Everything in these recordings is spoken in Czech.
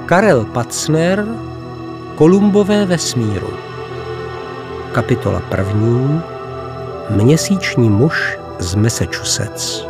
Karel Pacner, Kolumbové vesmíru. Kapitola 1. Měsíční muž z Massachusetts.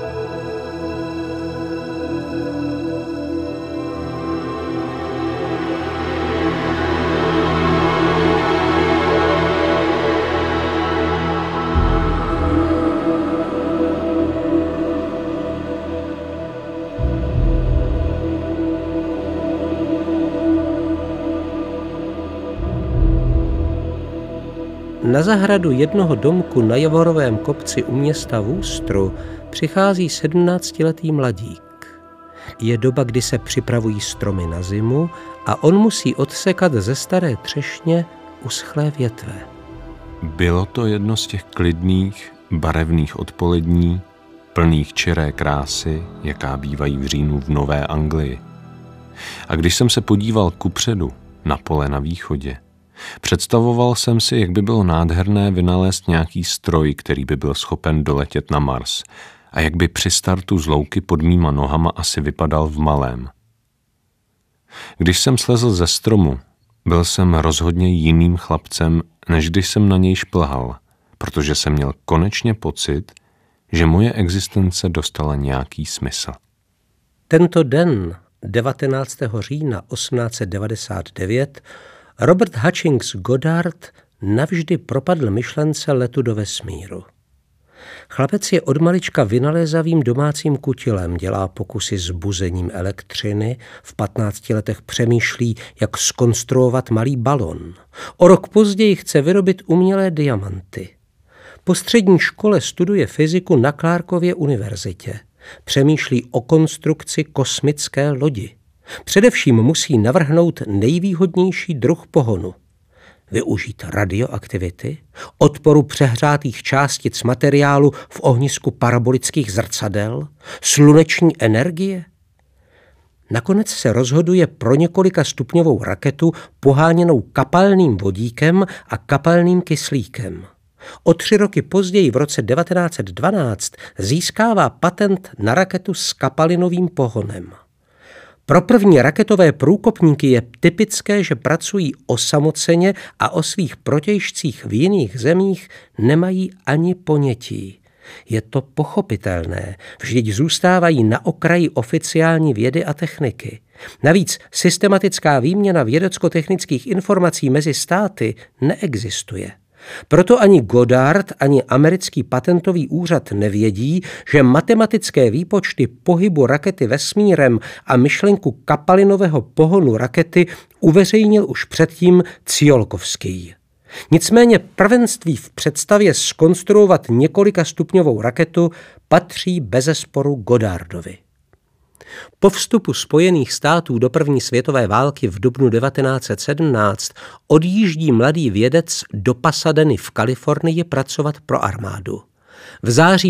Na zahradu jednoho domku na Javorovém kopci u města Worcesteru přichází 17letý mladík. Je doba, kdy se připravují stromy na zimu a on musí odsekat ze staré třešně uschlé větve. Bylo to jedno z těch klidných, barevných odpolední, plných čiré krásy, jaká bývají v říjnu v Nové Anglii. A když jsem se podíval kupředu na pole na východě, představoval jsem si, jak by bylo nádherné vynalézt nějaký stroj, který by byl schopen doletět na Mars a jak by při startu z louky pod mýma nohama asi vypadal v malém. Když jsem slezl ze stromu, byl jsem rozhodně jiným chlapcem, než když jsem na něj šplhal, protože jsem měl konečně pocit, že moje existence dostala nějaký smysl. Tento den, 19. října 1899, Robert Hutchings Goddard navždy propadl myšlence letu do vesmíru. Chlapec je od malička vynalézavým domácím kutilem, dělá pokusy s buzením elektřiny, v 15 letech přemýšlí, jak zkonstruovat malý balon. O rok později chce vyrobit umělé diamanty. Po střední škole studuje fyziku na Clarkově univerzitě. Přemýšlí o konstrukci kosmické lodi. Především musí navrhnout nejvýhodnější druh pohonu. Využít radioaktivity, odporu přehřátých částic materiálu v ohnisku parabolických zrcadel, sluneční energie. Nakonec se rozhoduje pro několika stupňovou raketu poháněnou kapalným vodíkem a kapalným kyslíkem. O 3 roky později v roce 1912 získává patent na raketu s kapalinovým pohonem. Pro první raketové průkopníky je typické, že pracují osamoceně a o svých protějšcích v jiných zemích nemají ani ponětí. Je to pochopitelné, vždyť zůstávají na okraji oficiální vědy a techniky. Navíc systematická výměna vědecko-technických informací mezi státy neexistuje. Proto ani Goddard, ani americký patentový úřad nevědí, že matematické výpočty pohybu rakety vesmírem a myšlenku kapalinového pohonu rakety uveřejnil už předtím Tsiolkovský. Nicméně prvenství v představě zkonstruovat několikastupňovou raketu patří bezesporu Goddardovi. Po vstupu Spojených států do první světové války v dubnu 1917 odjíždí mladý vědec do Pasadeny v Kalifornii pracovat pro armádu. V září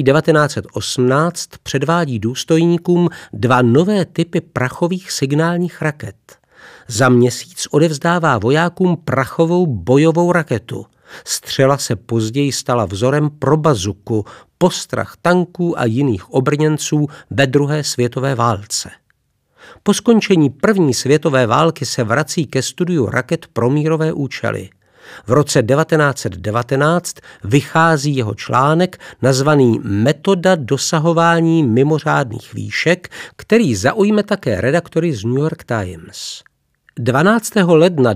1918 předvádí důstojníkům 2 nové typy prachových signálních raket. Za měsíc odevzdává vojákům prachovou bojovou raketu. Střela se později stala vzorem pro bazuku, postrach tanků a jiných obrněnců ve druhé světové válce. Po skončení první světové války se vrací ke studiu raket pro mírové účely. V roce 1919 vychází jeho článek nazvaný Metoda dosahování mimořádných výšek, který zaujme také redaktory z New York Times. 12. ledna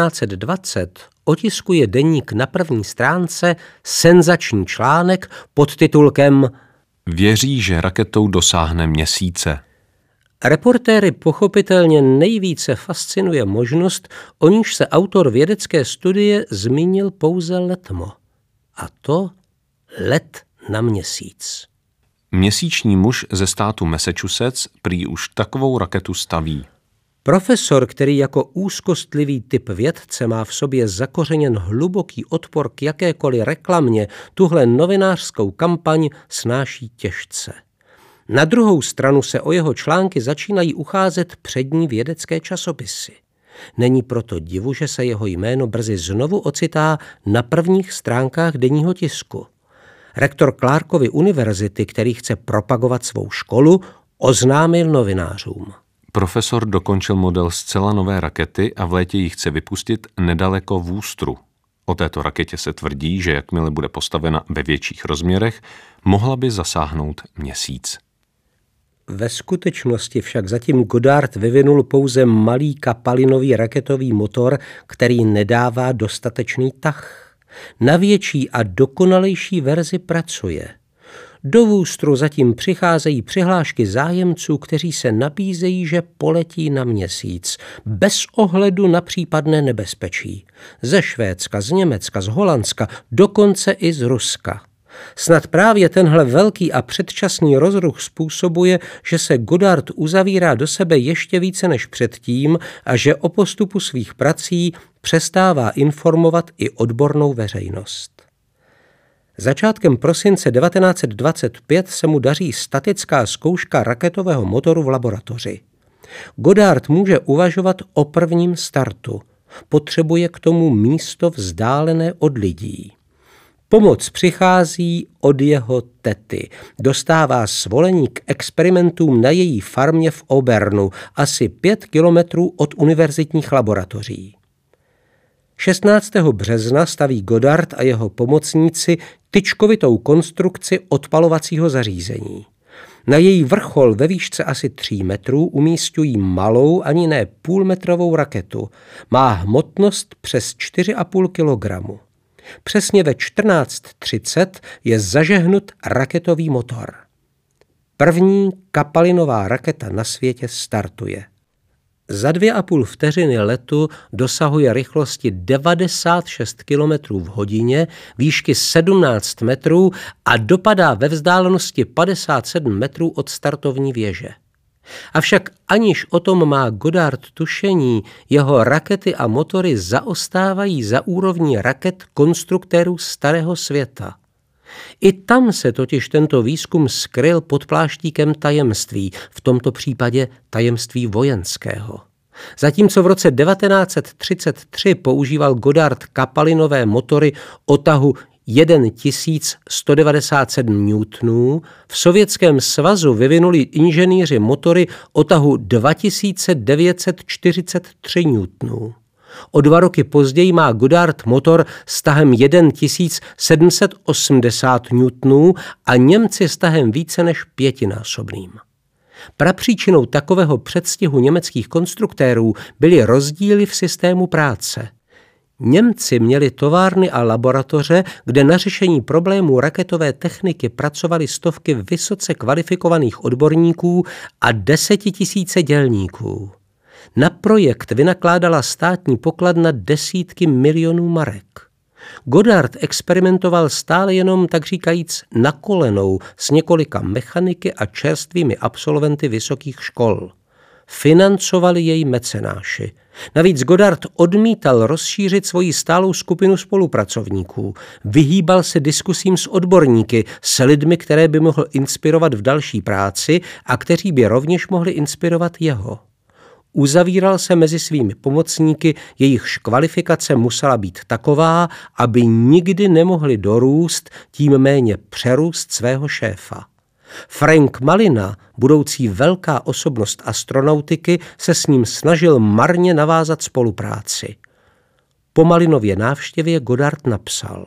1920 otiskuje deník na první stránce senzační článek pod titulkem Věří, že raketou dosáhne měsíce. Reportéry pochopitelně nejvíce fascinuje možnost, o níž se autor vědecké studie zmínil pouze letmo. A to let na měsíc. Měsíční muž ze státu Massachusetts prý už takovou raketu staví. Profesor, který jako úzkostlivý typ vědce má v sobě zakořeněn hluboký odpor k jakékoliv reklamě, tuhle novinářskou kampaň snáší těžce. Na druhou stranu se o jeho články začínají ucházet přední vědecké časopisy. Není proto divu, že se jeho jméno brzy znovu ocitá na prvních stránkách denního tisku. Rektor Clarkovy univerzity, který chce propagovat svou školu, oznámil novinářům. Profesor dokončil model zcela nové rakety a v létě ji chce vypustit nedaleko Worcesteru. O této raketě se tvrdí, že jakmile bude postavena ve větších rozměrech, mohla by zasáhnout Měsíc. Ve skutečnosti však zatím Goddard vyvinul pouze malý kapalinový raketový motor, který nedává dostatečný tah. Na větší a dokonalejší verzi pracuje. Do Worcesteru zatím přicházejí přihlášky zájemců, kteří se nabízejí, že poletí na Měsíc, bez ohledu na případné nebezpečí. Ze Švédska, z Německa, z Holandska, dokonce i z Ruska. Snad právě tenhle velký a předčasný rozruch způsobuje, že se Goddard uzavírá do sebe ještě více než předtím a že o postupu svých prací přestává informovat i odbornou veřejnost. Začátkem prosince 1925 se mu daří statická zkouška raketového motoru v laboratoři. Goddard může uvažovat o prvním startu. Potřebuje k tomu místo vzdálené od lidí. Pomoc přichází od jeho tety. Dostává svolení k experimentům na její farmě v Auburnu, asi 5 kilometrů od univerzitních laboratoří. 16. března staví Goddard a jeho pomocníci tyčkovitou konstrukci odpalovacího zařízení. Na její vrchol ve výšce asi 3 metrů umísťují malou, ani ne půlmetrovou raketu. Má hmotnost přes 4,5 kilogramu. Přesně ve 14:30 je zažehnut raketový motor. První kapalinová raketa na světě startuje. Za 2,5 vteřiny letu dosahuje rychlosti 96 km v hodině, výšky 17 metrů a dopadá ve vzdálenosti 57 metrů od startovní věže. Avšak aniž o tom má Goddard tušení, jeho rakety a motory zaostávají za úrovní raket konstruktérů starého světa. I tam se totiž tento výzkum skryl pod pláštíkem tajemství, v tomto případě tajemství vojenského. Zatímco v roce 1933 používal Goddard kapalinové motory o tahu 1197 newtonů, v Sovětském svazu vyvinuli inženýři motory o tahu 2943 newtonů. O 2 roky později má Goddard motor s tahem 1780 newtonů a Němci s tahem více než 5násobným. Prapříčinou takového předstihu německých konstruktérů byly rozdíly v systému práce. Němci měli továrny a laboratoře, kde na řešení problémů raketové techniky pracovali stovky vysoce kvalifikovaných odborníků a 10 000 dělníků. Na projekt vynakládala státní pokladna desítky milionů marek. Goddard experimentoval stále jenom, tak říkajíc, na kolenou s několika mechaniky a čerstvými absolventy vysokých škol. Financovali jej mecenáši. Navíc Goddard odmítal rozšířit svoji stálou skupinu spolupracovníků. Vyhýbal se diskusím s odborníky, s lidmi, které by mohl inspirovat v další práci a kteří by rovněž mohli inspirovat jeho. Uzavíral se mezi svými pomocníky, jejichž kvalifikace musela být taková, aby nikdy nemohli dorůst, tím méně přerůst svého šéfa. Frank Malina, budoucí velká osobnost astronautiky, se s ním snažil marně navázat spolupráci. Po Malinově návštěvě Goddard napsal: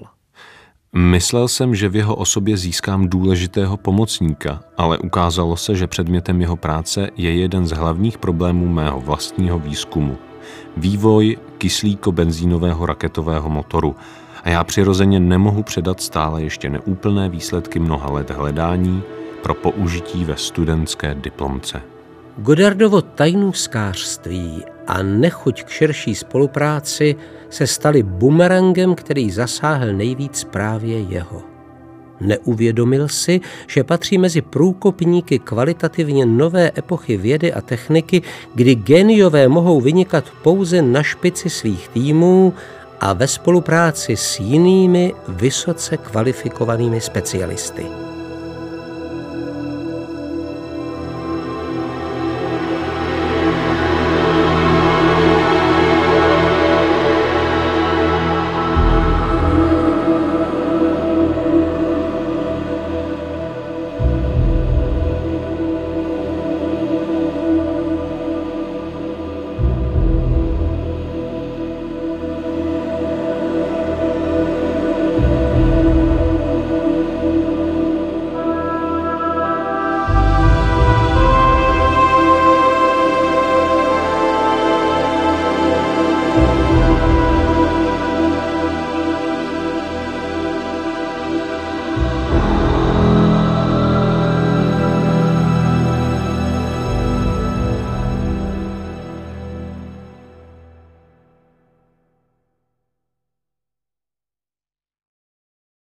Myslel jsem, že v jeho osobě získám důležitého pomocníka, ale ukázalo se, že předmětem jeho práce je jeden z hlavních problémů mého vlastního výzkumu. Vývoj kyslíko-benzínového raketového motoru. A já přirozeně nemohu předat stále ještě neúplné výsledky mnoha let hledání pro použití ve studentské diplomce. Goddardovo tajnůstkářství a nechuť k širší spolupráci se staly bumerangem, který zasáhl nejvíc právě jeho. Neuvědomil si, že patří mezi průkopníky kvalitativně nové epochy vědy a techniky, kdy géniové mohou vynikat pouze na špici svých týmů a ve spolupráci s jinými vysoce kvalifikovanými specialisty.